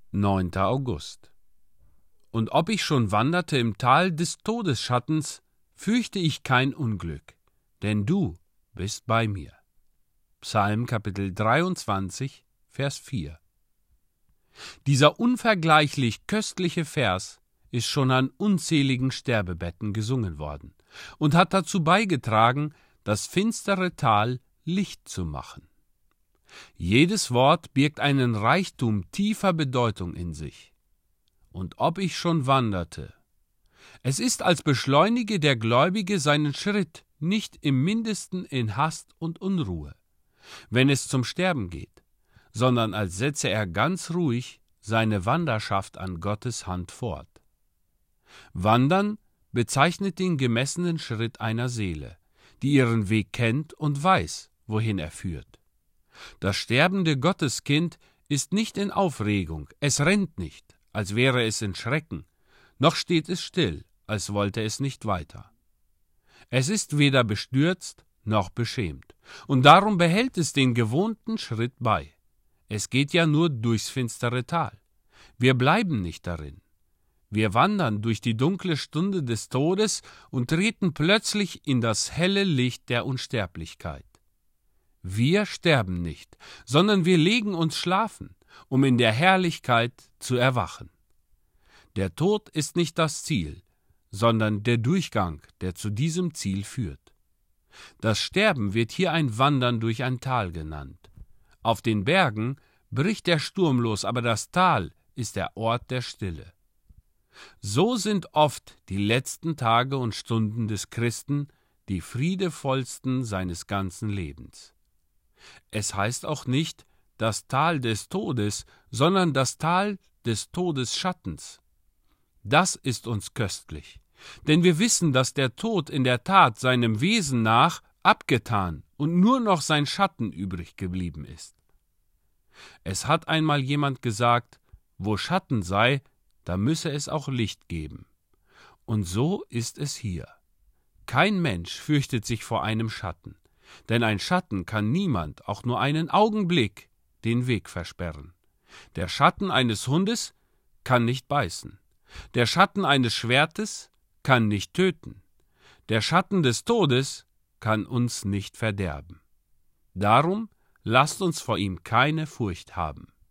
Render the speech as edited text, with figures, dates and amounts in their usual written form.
9. August. Und ob ich schon wanderte im Tal des Todesschattens, fürchte ich kein Unglück, denn du bist bei mir. Psalm Kapitel 23, Vers 4. Dieser unvergleichlich köstliche Vers ist schon an unzähligen Sterbebetten gesungen worden und hat dazu beigetragen, das finstere Tal Licht zu machen. Jedes Wort birgt einen Reichtum tiefer Bedeutung in sich. Und ob ich schon wanderte. Es ist, als beschleunige der Gläubige seinen Schritt nicht im Mindesten in Hast und Unruhe, wenn es zum Sterben geht, sondern als setze er ganz ruhig seine Wanderschaft an Gottes Hand fort. Wandern bezeichnet den gemessenen Schritt einer Seele, die ihren Weg kennt und weiß, wohin er führt. Das sterbende Gotteskind ist nicht in Aufregung, es rennt nicht, als wäre es in Schrecken, noch steht es still, als wollte es nicht weiter. Es ist weder bestürzt noch beschämt, und darum behält es den gewohnten Schritt bei. Es geht ja nur durchs finstere Tal. Wir bleiben nicht darin. Wir wandern durch die dunkle Stunde des Todes und treten plötzlich in das helle Licht der Unsterblichkeit. Wir sterben nicht, sondern wir legen uns schlafen, um in der Herrlichkeit zu erwachen. Der Tod ist nicht das Ziel, sondern der Durchgang, der zu diesem Ziel führt. Das Sterben wird hier ein Wandern durch ein Tal genannt. Auf den Bergen bricht der Sturm los, aber das Tal ist der Ort der Stille. So sind oft die letzten Tage und Stunden des Christen die friedevollsten seines ganzen Lebens. Es heißt auch nicht das Tal des Todes, sondern das Tal des Todesschattens. Das ist uns köstlich, denn wir wissen, dass der Tod in der Tat seinem Wesen nach abgetan und nur noch sein Schatten übrig geblieben ist. Es hat einmal jemand gesagt, wo Schatten sei, da müsse es auch Licht geben. Und so ist es hier. Kein Mensch fürchtet sich vor einem Schatten. Denn ein Schatten kann niemand, auch nur einen Augenblick, den Weg versperren. Der Schatten eines Hundes kann nicht beißen. Der Schatten eines Schwertes kann nicht töten. Der Schatten des Todes kann uns nicht verderben. Darum lasst uns vor ihm keine Furcht haben.